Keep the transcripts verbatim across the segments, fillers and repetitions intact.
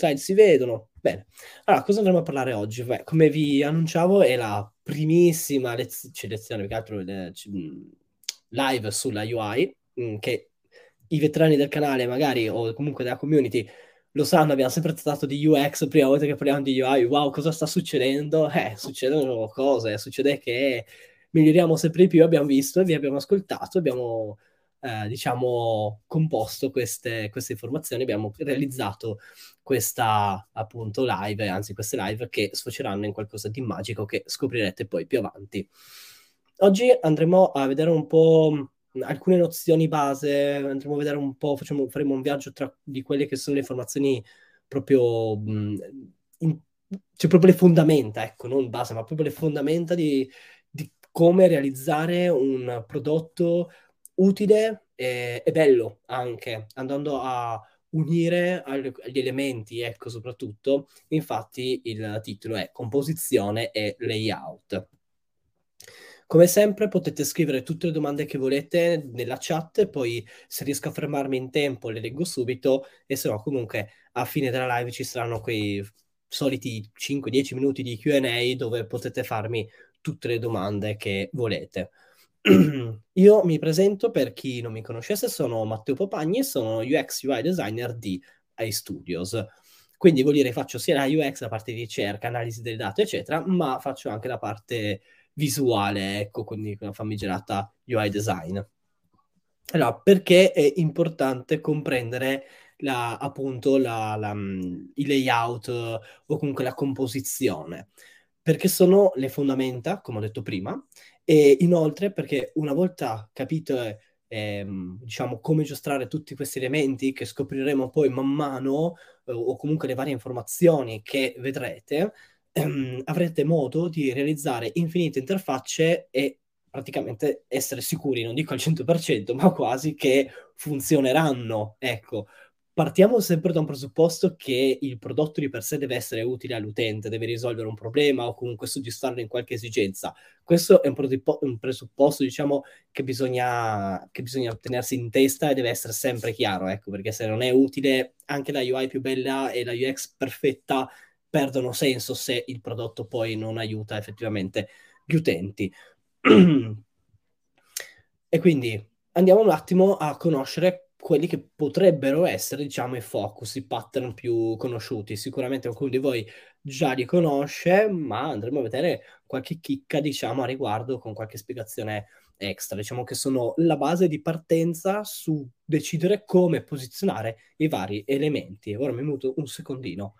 slide si vedono. Bene, allora cosa andremo a parlare oggi? Beh, come vi annunciavo è la primissima lez- cioè, lezione, più che altro eh, c- mh, live sulla U I, mh, che i veterani del canale magari o comunque della community lo sanno, abbiamo sempre trattato di U X, prima volta che parliamo di U I, wow, cosa sta succedendo? Eh, succedono cose, succede che miglioriamo sempre di più, abbiamo visto e vi abbiamo ascoltato, abbiamo, eh, diciamo, composto queste, queste informazioni, abbiamo realizzato questa, appunto, live, anzi queste live che sfoceranno in qualcosa di magico che scoprirete poi più avanti. Oggi andremo a vedere un po' alcune nozioni base, andremo a vedere un po', facciamo, faremo un viaggio tra di quelle che sono le informazioni proprio, mh, in- cioè proprio le fondamenta, ecco, non base, ma proprio le fondamenta di, di come realizzare un prodotto utile e, e bello anche, andando a unire al- agli elementi, ecco, soprattutto. Infatti il titolo è Composizione e Layout. Come sempre potete scrivere tutte le domande che volete nella chat, poi se riesco a fermarmi in tempo le leggo subito e se no comunque a fine della live ci saranno quei soliti cinque dieci minuti di Q and A dove potete farmi tutte le domande che volete. Io mi presento per chi non mi conoscesse, sono Matteo Popagni e sono U X U I designer di iStudios. Quindi vuol dire faccio sia la U X, la parte di ricerca, analisi delle date, eccetera, ma faccio anche la parte visuale, ecco, quindi la famigerata U I design. Allora, perché è importante comprendere la, appunto la, la, mh, i layout eh, o comunque la composizione? Perché sono le fondamenta, come ho detto prima, e inoltre perché una volta capito, eh, ehm, diciamo, come giostrare tutti questi elementi che scopriremo poi man mano, eh, o comunque le varie informazioni che vedrete, ehm, avrete modo di realizzare infinite interfacce e praticamente essere sicuri, non dico al cento per cento, ma quasi che funzioneranno. Ecco, partiamo sempre da un presupposto che il prodotto di per sé deve essere utile all'utente, deve risolvere un problema o comunque soddisfarlo in qualche esigenza. Questo è un, prodipo- un presupposto, diciamo, che bisogna, che bisogna tenersi in testa e deve essere sempre chiaro, ecco, perché se non è utile, anche la U I più bella e la U X perfetta perdono senso se il prodotto poi non aiuta effettivamente gli utenti. E quindi andiamo un attimo a conoscere quelli che potrebbero essere, diciamo, i focus, i pattern più conosciuti. Sicuramente qualcuno di voi già li conosce, ma andremo a vedere qualche chicca, diciamo, a riguardo con qualche spiegazione extra. Diciamo che sono la base di partenza su decidere come posizionare i vari elementi. Ora mi muto un secondino.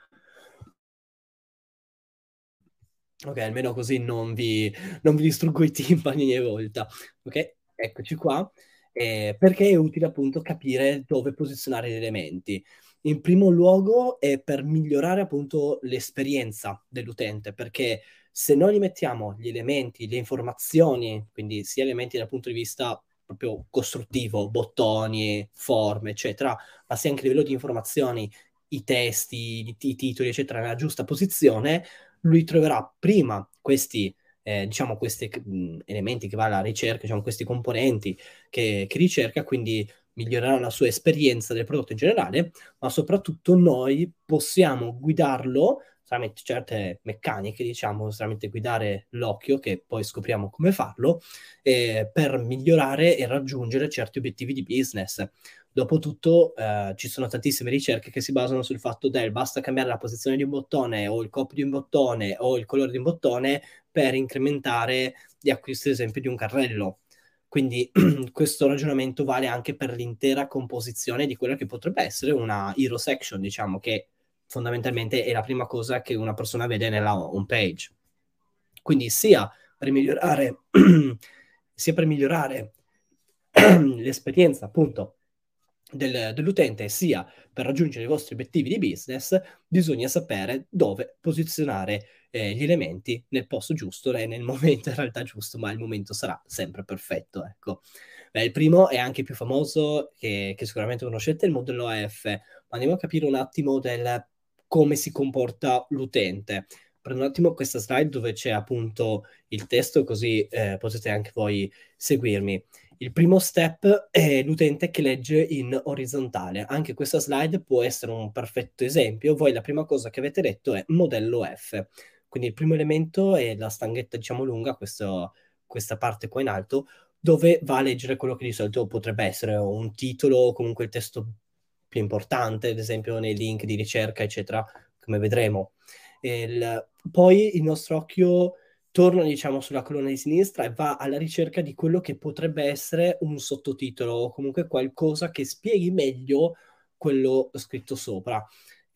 Ok, almeno così non vi, non vi distruggo i timpani ogni volta. Ok, eccoci qua. Eh, perché è utile appunto capire dove posizionare gli elementi. In primo luogo è per migliorare appunto l'esperienza dell'utente, perché se noi gli mettiamo gli elementi, le informazioni, quindi sia elementi dal punto di vista proprio costruttivo, bottoni, forme, eccetera, ma sia anche a livello di informazioni, i testi, i, i titoli, eccetera, nella giusta posizione, lui troverà prima questi, eh, diciamo, questi mh, elementi che va alla ricerca, diciamo, questi componenti che, che ricerca, quindi migliorerà la sua esperienza del prodotto in generale, ma soprattutto noi possiamo guidarlo tramite certe meccaniche, diciamo, tramite guidare l'occhio, che poi scopriamo come farlo, eh, per migliorare e raggiungere certi obiettivi di business. Dopotutto, eh, ci sono tantissime ricerche che si basano sul fatto del basta cambiare la posizione di un bottone o il copy di un bottone o il colore di un bottone per incrementare gli acquisti, ad esempio, di un carrello. Quindi questo ragionamento vale anche per l'intera composizione di quella che potrebbe essere una hero section, diciamo, che fondamentalmente è la prima cosa che una persona vede nella home page. Quindi sia per migliorare, sia per migliorare l'esperienza, appunto, del- dell'utente, sia per raggiungere i vostri obiettivi di business, bisogna sapere dove posizionare eh, gli elementi nel posto giusto e nel momento in realtà giusto, ma il momento sarà sempre perfetto, ecco. Beh, il primo è anche più famoso, che, che sicuramente conoscete, il modello A F, ma andiamo a capire un attimo del come si comporta l'utente. Prendo un attimo questa slide dove c'è appunto il testo, così eh, potete anche voi seguirmi. Il primo step è l'utente che legge in orizzontale. Anche questa slide può essere un perfetto esempio. Voi la prima cosa che avete letto è modello F. Quindi il primo elemento è la stanghetta, diciamo, lunga, questo- questa parte qua in alto, dove va a leggere quello che di solito potrebbe essere un titolo o comunque il testo più importante, ad esempio nei link di ricerca, eccetera, come vedremo. Il- poi il nostro occhio torna, diciamo, sulla colonna di sinistra e va alla ricerca di quello che potrebbe essere un sottotitolo o comunque qualcosa che spieghi meglio quello scritto sopra.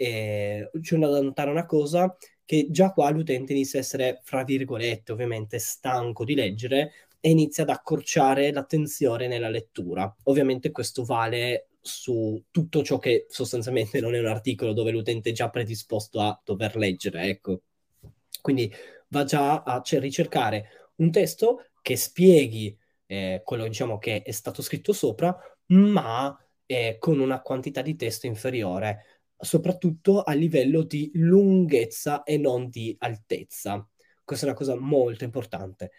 E c'è da notare una cosa, che già qua l'utente inizia a essere, fra virgolette, ovviamente stanco di leggere e inizia ad accorciare l'attenzione nella lettura. Ovviamente questo vale su tutto ciò che sostanzialmente non è un articolo dove l'utente è già predisposto a dover leggere, ecco. Quindi va già a cioè, ricercare un testo che spieghi eh, quello diciamo che è stato scritto sopra, ma eh, con una quantità di testo inferiore, soprattutto a livello di lunghezza e non di altezza. Questa è una cosa molto importante.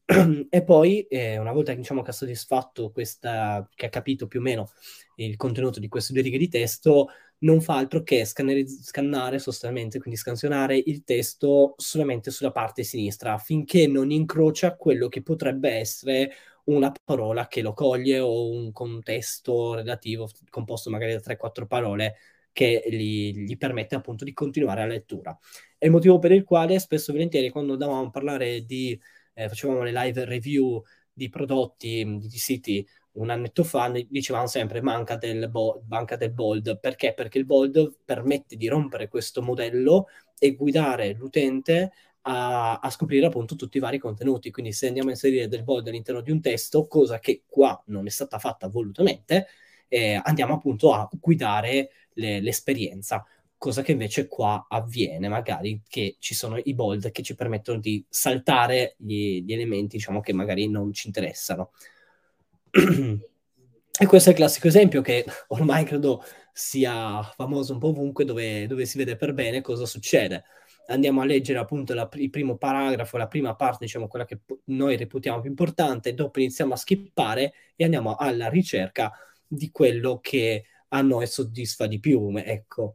E poi, eh, una volta diciamo, che ha soddisfatto questa, che ha capito più o meno il contenuto di queste due righe di testo, non fa altro che scannare, scannare sostanzialmente, quindi scansionare il testo solamente sulla parte sinistra, finché non incrocia quello che potrebbe essere una parola che lo coglie o un contesto relativo composto magari da tre quattro parole che gli, gli permette appunto di continuare la lettura. È il motivo per il quale spesso e volentieri quando andavamo a parlare di, eh, facevamo le live review di prodotti, di siti un annetto fa, dicevamo sempre manca del, bo- manca del bold. Perché? Perché il bold permette di rompere questo modello e guidare l'utente a, a scoprire appunto tutti i vari contenuti. Quindi se andiamo a inserire del bold all'interno di un testo, cosa che qua non è stata fatta volutamente, eh, andiamo appunto a guidare le- l'esperienza. Cosa che invece qua avviene, magari che ci sono i bold che ci permettono di saltare gli, gli elementi, diciamo, che magari non ci interessano. E questo è il classico esempio che ormai credo sia famoso un po' ovunque, dove, dove si vede per bene cosa succede. Andiamo a leggere appunto la, il primo paragrafo, la prima parte, diciamo quella che po- noi reputiamo più importante, dopo iniziamo a skippare e andiamo alla ricerca di quello che a noi soddisfa di più, ecco.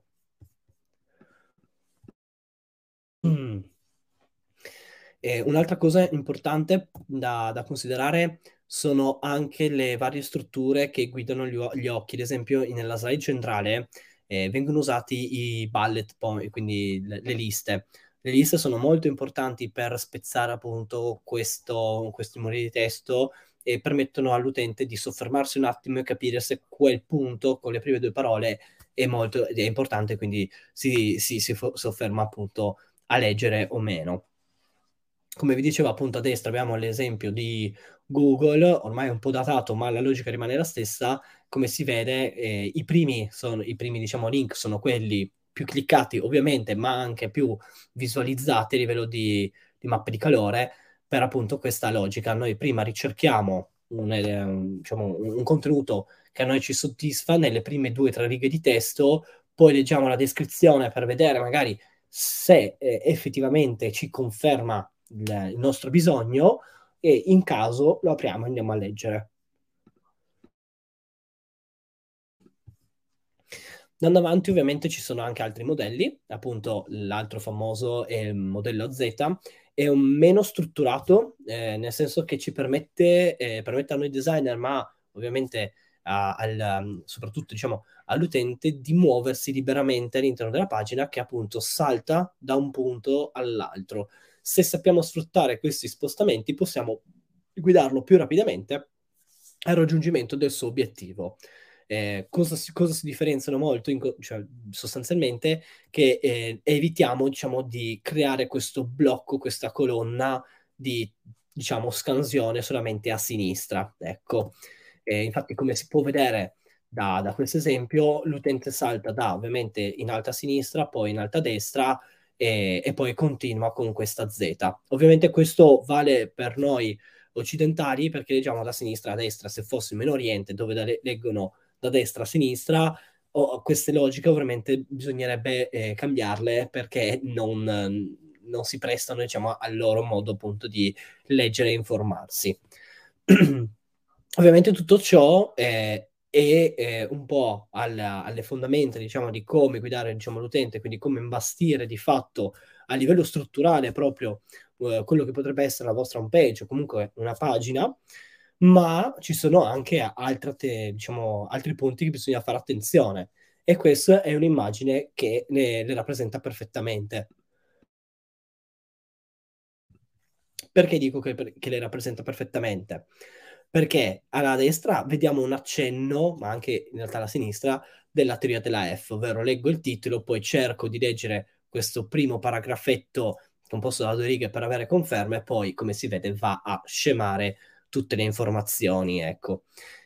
Mm. E un'altra cosa importante da, da considerare sono anche le varie strutture che guidano gli, o- gli occhi. Ad esempio, nella slide centrale eh, vengono usati i bullet point, quindi le, le liste. Le liste sono molto importanti per spezzare appunto questo, questi muri di testo e permettono all'utente di soffermarsi un attimo e capire se quel punto con le prime due parole è molto è importante, quindi si, si, si fo- sofferma appunto a leggere o meno. Come vi dicevo appunto a destra abbiamo l'esempio di Google, ormai è un po' datato, ma la logica rimane la stessa. Come si vede, eh, i primi, sono, i primi diciamo, link sono quelli più cliccati, ovviamente, ma anche più visualizzati a livello di, di mappe di calore, per appunto questa logica. Noi prima ricerchiamo un, eh, un, diciamo, un contenuto che a noi ci soddisfa nelle prime due o tre righe di testo, poi leggiamo la descrizione per vedere magari se eh, effettivamente ci conferma il, il nostro bisogno e in caso lo apriamo e andiamo a leggere. Andando avanti, ovviamente ci sono anche altri modelli, appunto l'altro famoso è il modello Z, è un meno strutturato, eh, nel senso che ci permette, eh, permette a noi designer, ma ovviamente a- al, soprattutto diciamo, all'utente di muoversi liberamente all'interno della pagina che appunto salta da un punto all'altro. Se sappiamo sfruttare questi spostamenti, possiamo guidarlo più rapidamente al raggiungimento del suo obiettivo. Eh, cosa, si, cosa si differenziano molto, in co- cioè, sostanzialmente, che eh, evitiamo, diciamo, di creare questo blocco, questa colonna di, diciamo, scansione solamente a sinistra. Ecco. Eh, infatti, come si può vedere da, da questo esempio, l'utente salta da ovviamente in alto a sinistra, poi in alto a destra e, e poi continua con questa Z. Ovviamente questo vale per noi occidentali perché leggiamo da sinistra a destra. Se fossimo in Oriente, dove da- leggono da destra a sinistra, o queste logiche ovviamente bisognerebbe eh, cambiarle perché non, non si prestano, diciamo, al loro modo appunto di leggere e informarsi. Ovviamente tutto ciò è, è, è un po' alla- alle fondamenta, diciamo, di come guidare, diciamo, l'utente, quindi come imbastire di fatto a livello strutturale proprio eh, quello che potrebbe essere la vostra home page o comunque una pagina, ma ci sono anche altre, te- diciamo, altri punti che bisogna fare attenzione. E questa è un'immagine che le, le rappresenta perfettamente. Perché dico che, che le rappresenta perfettamente? Perché alla destra vediamo un accenno, ma anche in realtà alla sinistra, della teoria della F, ovvero leggo il titolo, poi cerco di leggere questo primo paragrafetto composto da due righe per avere conferma e poi, come si vede, va a scemare tutte le informazioni, ecco.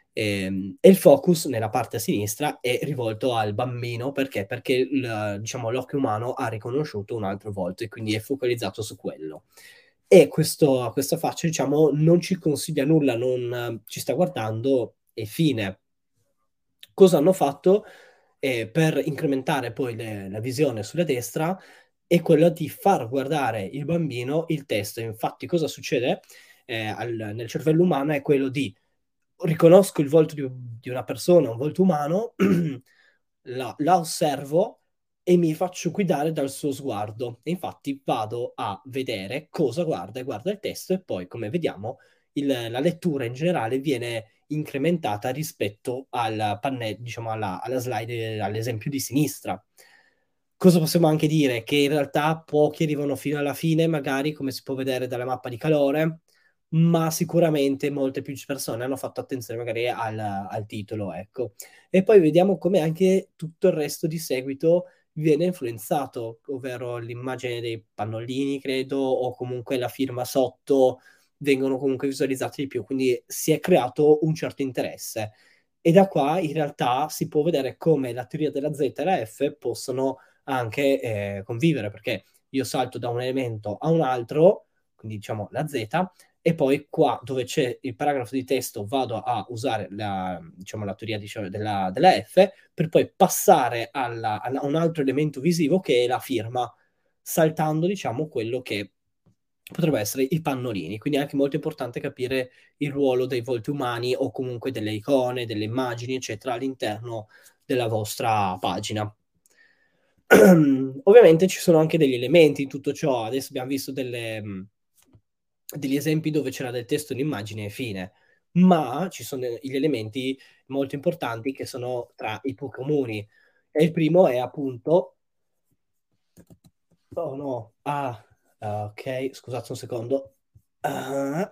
E, e il focus nella parte a sinistra è rivolto al bambino, perché? Perché il, diciamo, l'occhio umano ha riconosciuto un altro volto e quindi è focalizzato su quello. E questo, questa faccia, diciamo, non ci consiglia nulla, non eh, ci sta guardando e fine. Cosa hanno fatto eh, per incrementare poi le- la visione sulla destra è quello di far guardare il bambino il testo. Infatti, cosa succede eh, al- nel cervello umano è quello di riconosco il volto di, di una persona, un volto umano, la, la osservo e mi faccio guidare dal suo sguardo. E infatti vado a vedere cosa guarda e guarda il testo e poi, come vediamo, il- la lettura in generale viene incrementata rispetto al pannello, diciamo alla, alla slide, all'esempio di sinistra. Cosa possiamo anche dire? Che in realtà pochi arrivano fino alla fine, magari come si può vedere dalla mappa di calore, ma sicuramente molte più persone hanno fatto attenzione magari al, al titolo, ecco. E poi vediamo come anche tutto il resto di seguito viene influenzato, ovvero l'immagine dei pannolini, credo, o comunque la firma sotto vengono comunque visualizzati di più, quindi si è creato un certo interesse. E da qua in realtà si può vedere come la teoria della Z e la F possono anche eh, convivere, perché io salto da un elemento a un altro, quindi diciamo la Z, e poi qua dove c'è il paragrafo di testo vado a usare la, diciamo, la teoria diciamo, della, della F per poi passare alla- a un altro elemento visivo che è la firma, saltando diciamo quello che potrebbe essere i pannolini. Quindi è anche molto importante capire il ruolo dei volti umani o comunque delle icone, delle immagini, eccetera, all'interno della vostra pagina. Ovviamente ci sono anche degli elementi in tutto ciò. Adesso abbiamo visto delle, mh, degli esempi dove c'era del testo, un'immagine e fine, ma ci sono gli elementi molto importanti che sono tra i più comuni. E il primo è appunto... Oh no, ah, ah, ok, scusate un secondo. Ah,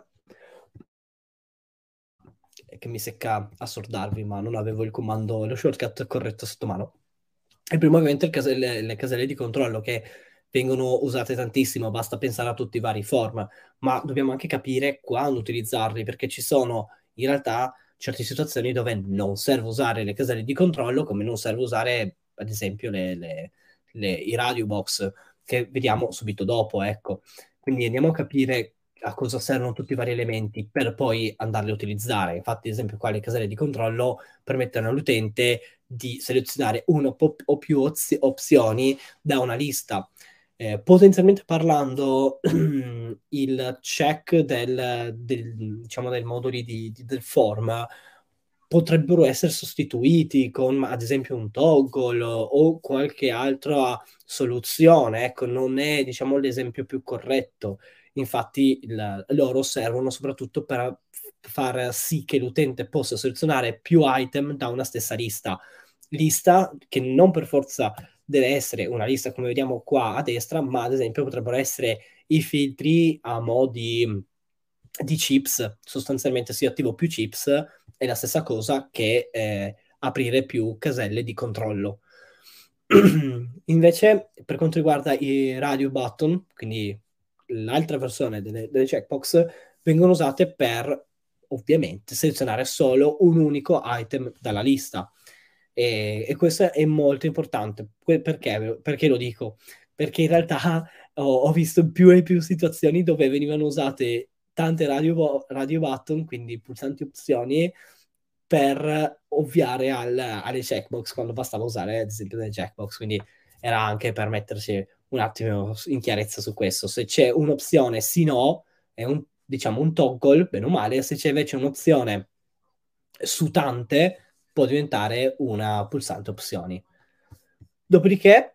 è che mi secca assordarvi, ma non avevo il comando, lo shortcut corretto sotto mano. Il primo ovviamente è il caselle- le caselle di controllo che vengono usate tantissimo, basta pensare a tutti i vari form, ma dobbiamo anche capire quando utilizzarli, perché ci sono in realtà certe situazioni dove non serve usare le caselle di controllo, come non serve usare ad esempio le- le- le- i radio box, che vediamo subito dopo, ecco. Quindi andiamo a capire a cosa servono tutti i vari elementi per poi andarli a utilizzare. Infatti, ad esempio, qua le caselle di controllo permettono all'utente di selezionare una po- o più ozi- opzioni da una lista. Eh, potenzialmente parlando, il check del, del, diciamo, del moduli di, di- del form potrebbero essere sostituiti con ad esempio un toggle o qualche altra soluzione. Ecco, non è, diciamo, l'esempio più corretto. Infatti, il- loro servono soprattutto per far sì che l'utente possa selezionare più item da una stessa lista. Lista che non per forza deve essere una lista come vediamo qua a destra, ma ad esempio potrebbero essere i filtri a mo' di, di chips. Sostanzialmente se io attivo più chips è la stessa cosa che eh, aprire più caselle di controllo. Invece, per quanto riguarda i radio button, quindi l'altra versione delle, delle checkbox, vengono usate per ovviamente selezionare solo un unico item dalla lista. E, e questo è molto importante. Que- perché? Perché lo dico? Perché in realtà ho, ho visto più e più situazioni dove venivano usate tante radio, bo- radio button, quindi pulsanti opzioni, per ovviare al- alle checkbox quando bastava usare ad esempio delle checkbox. Quindi era anche per mettersi un attimo in chiarezza su questo. Se c'è un'opzione sì no, è un, diciamo un toggle, bene o male, se c'è invece un'opzione su tante può diventare una pulsante opzioni. Dopodiché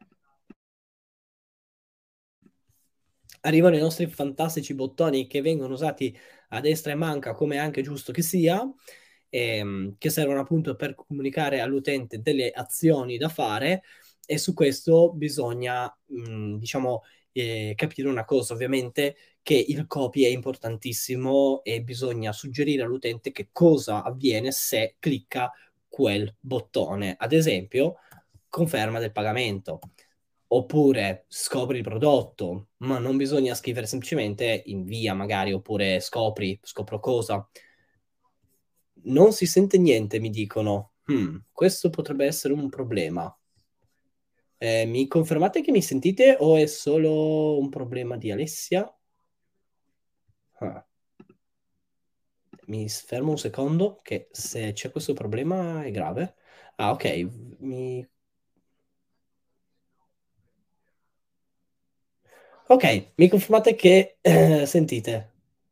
arrivano i nostri fantastici bottoni che vengono usati a destra e manca, come è anche giusto che sia, ehm, che servono appunto per comunicare all'utente delle azioni da fare, e su questo bisogna, mh, diciamo, eh, capire una cosa, ovviamente, che il copy è importantissimo e bisogna suggerire all'utente che cosa avviene se clicca quel bottone. Ad esempio, conferma del pagamento. Oppure scopri il prodotto, ma non bisogna scrivere semplicemente invia magari, oppure scopri, scopro cosa. Non si sente niente, mi dicono. "Hmm, questo potrebbe essere un problema. Eh, mi confermate che mi sentite o è solo un problema di Alessia? Ah, mi fermo un secondo, che se c'è questo problema è grave. Ah, ok, mi... Ok, mi confermate che eh, sentite.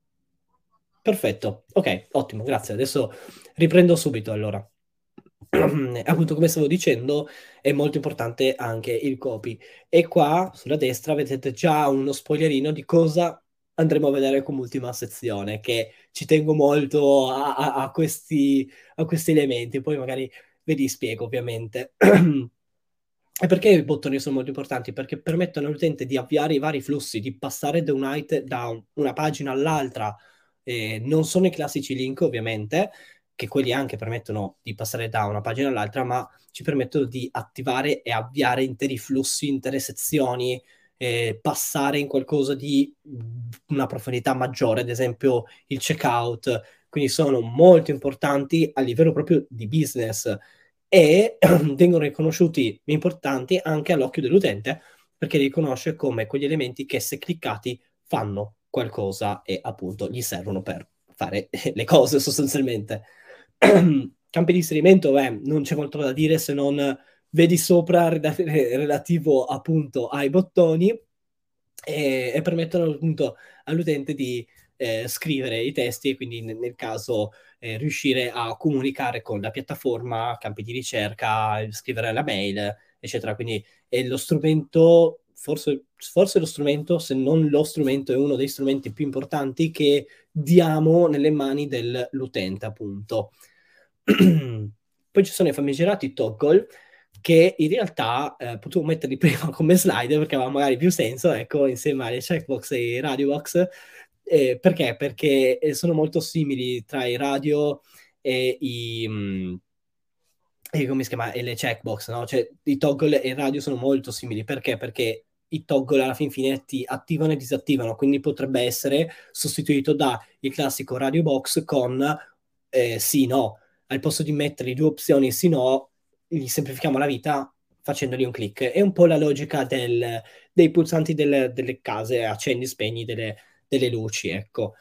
Perfetto, ok, ottimo, grazie. Adesso riprendo subito allora. Appunto, come stavo dicendo, è molto importante anche il copy. E qua sulla destra vedete già uno spoilerino di cosa andremo a vedere come ultima sezione, che ci tengo molto a, a- a questi, a questi elementi. Poi magari ve li spiego, ovviamente. E perché i bottoni sono molto importanti? Perché permettono all'utente di avviare i vari flussi, di passare da, un ite- da un- una pagina all'altra. Eh, non sono i classici link, ovviamente, che quelli anche permettono di passare da una pagina all'altra, ma ci permettono di attivare e avviare interi flussi, intere sezioni, eh, passare in qualcosa di mh, una profondità maggiore, ad esempio il checkout. Quindi sono molto importanti a livello proprio di business e vengono riconosciuti importanti anche all'occhio dell'utente perché li riconosce come quegli elementi che se cliccati fanno qualcosa e appunto gli servono per fare le cose sostanzialmente. Campi di inserimento, beh, non c'è molto da dire se non vedi sopra rela- relativo appunto ai bottoni e, e permettono appunto all'utente di eh, scrivere i testi e quindi nel, nel caso eh, riuscire a comunicare con la piattaforma, campi di ricerca, scrivere la mail, eccetera. Quindi è lo strumento, forse, forse lo strumento, se non lo strumento, è uno dei strumenti più importanti che diamo nelle mani dell'utente, appunto. Poi ci sono i famigerati toggle che in realtà eh, potevo metterli prima come slide perché aveva magari più senso, ecco, insieme alle checkbox e ai radio box. Eh, perché? Perché eh, sono molto simili tra i radio e i... mh, e come si chiama? E le checkbox, no? Cioè i toggle e il radio sono molto simili. Perché? Perché i toggle alla fin fine ti attivano e disattivano, quindi potrebbe essere sostituito da il classico radio box con eh, sì, no. Al posto di mettere due opzioni sì, no, gli semplifichiamo la vita facendogli un click. È un po' la logica del- dei pulsanti del- delle case, accendi, spegni delle, delle luci, ecco.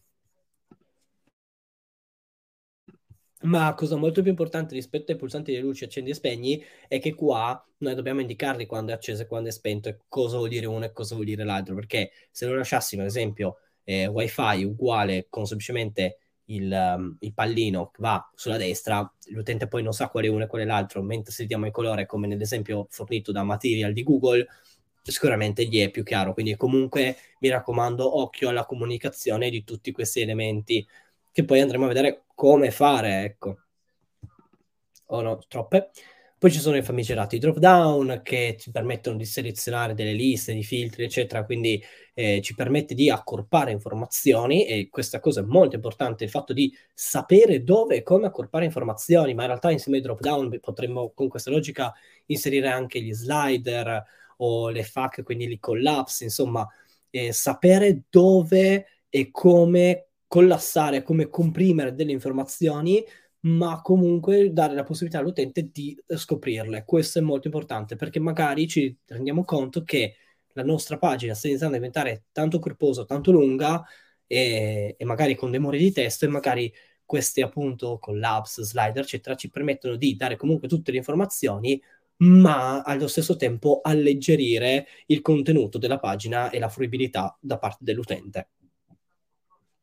Ma cosa molto più importante rispetto ai pulsanti delle luci accendi e spegni è che qua noi dobbiamo indicarli quando è acceso e quando è spento e cosa vuol dire uno e cosa vuol dire l'altro, perché se lo lasciassimo, ad esempio, eh, wifi uguale con semplicemente il, um, il pallino che va sulla destra, l'utente poi non sa qual è uno e qual è l'altro, mentre se diamo il colore come nell'esempio fornito da Material di Google, sicuramente gli è più chiaro. Quindi comunque mi raccomando, occhio alla comunicazione di tutti questi elementi che poi andremo a vedere come fare, ecco. O no, troppe. Poi ci sono i famigerati drop down che ci permettono di selezionare delle liste di filtri, eccetera, quindi eh, ci permette di accorpare informazioni e questa cosa è molto importante, il fatto di sapere dove e come accorpare informazioni, ma in realtà insieme ai drop down beh, potremmo con questa logica inserire anche gli slider o le F A Q, quindi i collapse, insomma, eh, sapere dove e come collassare, come comprimere delle informazioni ma comunque dare la possibilità all'utente di eh, scoprirle. Questo è molto importante perché magari ci rendiamo conto che la nostra pagina sta iniziando a diventare tanto corposa, tanto lunga e, e magari con dei muri di testo e magari queste appunto collapse, slider, eccetera, ci permettono di dare comunque tutte le informazioni, ma allo stesso tempo alleggerire il contenuto della pagina e la fruibilità da parte dell'utente.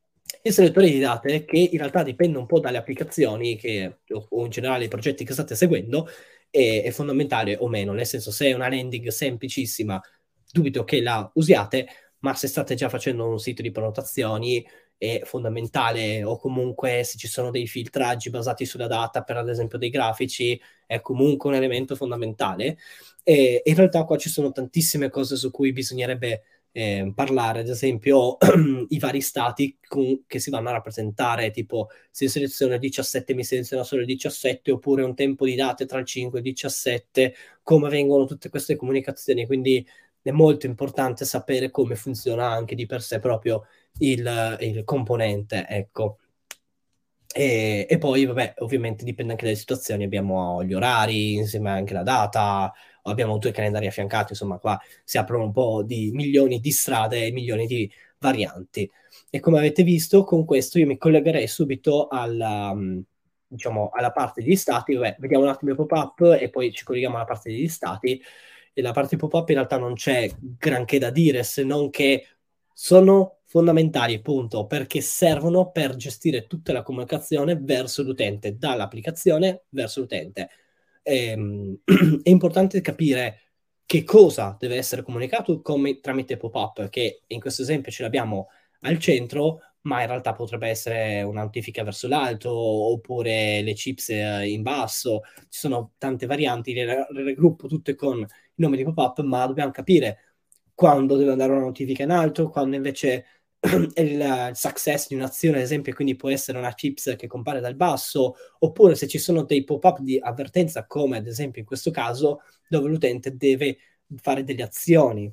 Il selettore di date, che in realtà dipende un po' dalle applicazioni che, o, o in generale i progetti che state seguendo, è, è fondamentale o meno, nel senso se è una landing semplicissima, dubito che la usiate, ma se state già facendo un sito di prenotazioni è fondamentale, o comunque se ci sono dei filtraggi basati sulla data per ad esempio dei grafici, è comunque un elemento fondamentale. E in realtà qua ci sono tantissime cose su cui bisognerebbe eh, parlare, ad esempio i vari stati con, che si vanno a rappresentare, tipo se seleziono il diciassette mi seleziona solo il diciassette, oppure un tempo di date tra il cinque e il diciassette, come vengono tutte queste comunicazioni, quindi è molto importante sapere come funziona anche di per sé proprio il, il componente, ecco. E, e poi, vabbè, ovviamente dipende anche dalle situazioni, abbiamo gli orari, insieme anche la data, abbiamo due calendari affiancati, insomma, qua si aprono un po' di milioni di strade e milioni di varianti. E come avete visto, con questo io mi collegherei subito alla, mh, diciamo, alla parte degli stati. Vabbè, vediamo un attimo i pop-up e poi ci colleghiamo alla parte degli stati. E la parte pop-up in realtà non c'è granché da dire, se non che sono fondamentali, punto, perché servono per gestire tutta la comunicazione verso l'utente, dall'applicazione verso l'utente. Ehm, è importante capire che cosa deve essere comunicato come, tramite pop-up, che in questo esempio ce l'abbiamo al centro, ma in realtà potrebbe essere una notifica verso l'alto, oppure le chips eh, in basso. Ci sono tante varianti, le, le raggruppo tutte con il nome di pop-up, ma dobbiamo capire quando deve andare una notifica in alto, quando invece il, il success di un'azione, ad esempio, quindi può essere una chips che compare dal basso, oppure se ci sono dei pop-up di avvertenza, come ad esempio in questo caso, dove l'utente deve fare delle azioni.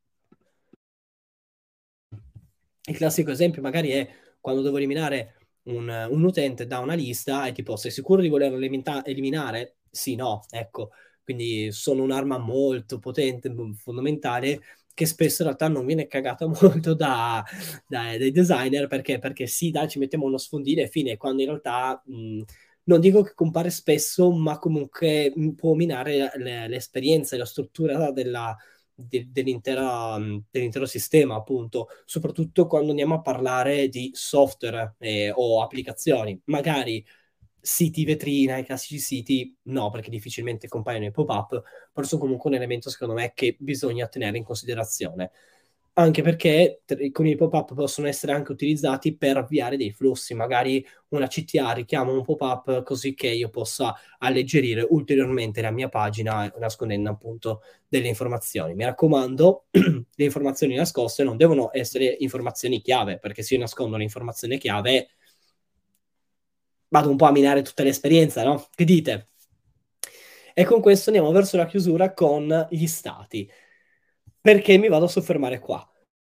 Il classico esempio magari è quando devo eliminare un, un utente da una lista e tipo, sei sicuro di volerlo elimita- eliminare? Sì, no, ecco. Quindi sono un'arma molto potente, fondamentale, che spesso in realtà non viene cagata molto da, da- dai designer, perché? Perché sì, dai, ci mettiamo uno sfondino e fine, quando in realtà mh, non dico che compare spesso, ma comunque mh, può minare le- l'esperienza e la struttura della de- dell'intera- dell'intero sistema, appunto, soprattutto quando andiamo a parlare di software eh, o applicazioni. Magari siti vetrina, i classici siti, no, perché difficilmente compaiono i pop-up, però sono comunque un elemento, secondo me, che bisogna tenere in considerazione. Anche perché t- con i pop-up possono essere anche utilizzati per avviare dei flussi, magari una C T A richiama un pop-up così che io possa alleggerire ulteriormente la mia pagina nascondendo appunto delle informazioni. Mi raccomando, le informazioni nascoste non devono essere informazioni chiave, perché se io nascondo l'informazione chiave vado un po' a minare tutta l'esperienza, no? Che dite? E con questo andiamo verso la chiusura con gli stati. Perché mi vado a soffermare qua?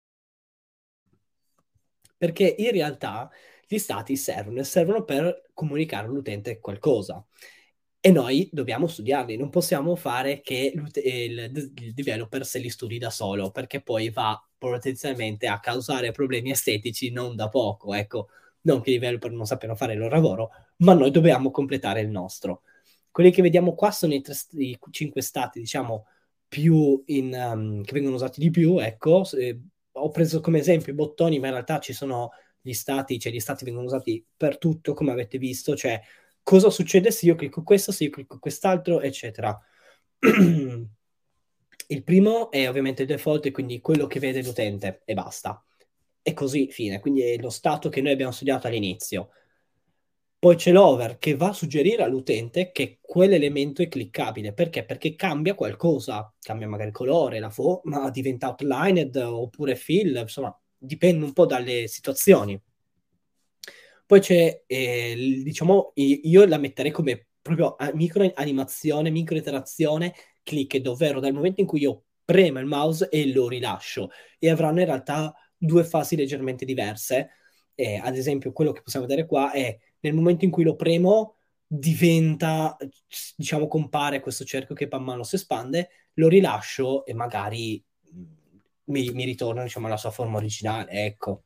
Perché in realtà gli stati servono e servono per comunicare all'utente qualcosa. E noi dobbiamo studiarli, non possiamo fare che l'ut- il, il developer se li studi da solo, perché poi va potenzialmente a causare problemi estetici non da poco. Ecco, non che i developer non sappiano fare il loro lavoro, ma noi dobbiamo completare il nostro. Quelli che vediamo qua sono i, tre, i cinque stati, diciamo, più in, um, che vengono usati di più, ecco. Eh, ho preso come esempio i bottoni, ma in realtà ci sono gli stati, cioè gli stati vengono usati per tutto, come avete visto, cioè cosa succede se io clicco questo, se io clicco quest'altro, eccetera. Il primo è ovviamente il default, e quindi quello che vede l'utente e basta. E così, fine. Quindi è lo stato che noi abbiamo studiato all'inizio. Poi c'è l'over che va a suggerire all'utente che quell'elemento è cliccabile. Perché? Perché cambia qualcosa. Cambia magari il colore, la forma, diventa outlined oppure fill, insomma, dipende un po' dalle situazioni. Poi c'è, eh, il- diciamo, i- io la metterei come proprio a- micro animazione, micro interazione, click, ovvero dal momento in cui io premo il mouse e lo rilascio. E avranno in realtà due fasi leggermente diverse. Eh, ad esempio, quello che possiamo vedere qua è nel momento in cui lo premo, diventa, diciamo, compare questo cerchio che man mano si espande, lo rilascio e magari mh, mi, mi ritorna, diciamo, alla sua forma originale. Ecco.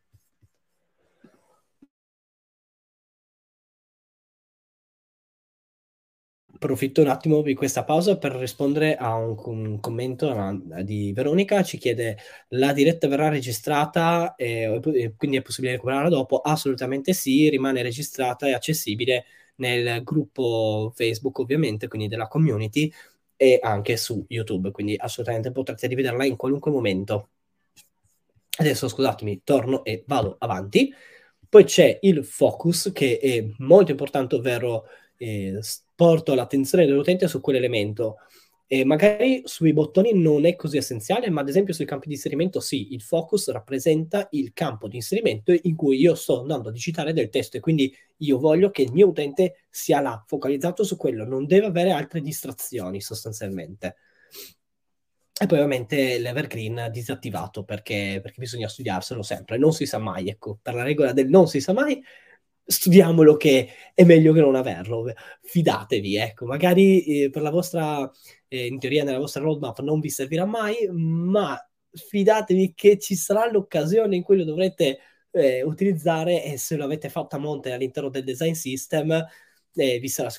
approfitto un attimo di questa pausa per rispondere a un, un commento uh, di Veronica. Ci chiede: la diretta verrà registrata e, e quindi è possibile recuperarla dopo? Assolutamente sì, rimane registrata e accessibile nel gruppo Facebook, ovviamente, quindi della community, e anche su YouTube, quindi assolutamente potrete rivederla in qualunque momento. Adesso scusatemi, torno e vado avanti. Poi c'è il focus, che è molto importante, ovvero eh, porto l'attenzione dell'utente su quell'elemento. E magari sui bottoni non è così essenziale, ma ad esempio sui campi di inserimento sì, il focus rappresenta il campo di inserimento in cui io sto andando a digitare del testo, e quindi io voglio che il mio utente sia là, focalizzato su quello, non deve avere altre distrazioni sostanzialmente. E poi ovviamente l'evergreen disattivato, perché, perché bisogna studiarselo sempre, non si sa mai, ecco, per la regola del non si sa mai, studiamolo, che è meglio che non averlo, fidatevi, ecco, magari eh, per la vostra, eh, in teoria nella vostra roadmap non vi servirà mai, ma fidatevi che ci sarà l'occasione in cui lo dovrete eh, utilizzare, e se lo avete fatto a monte all'interno del design system, eh, vi sarà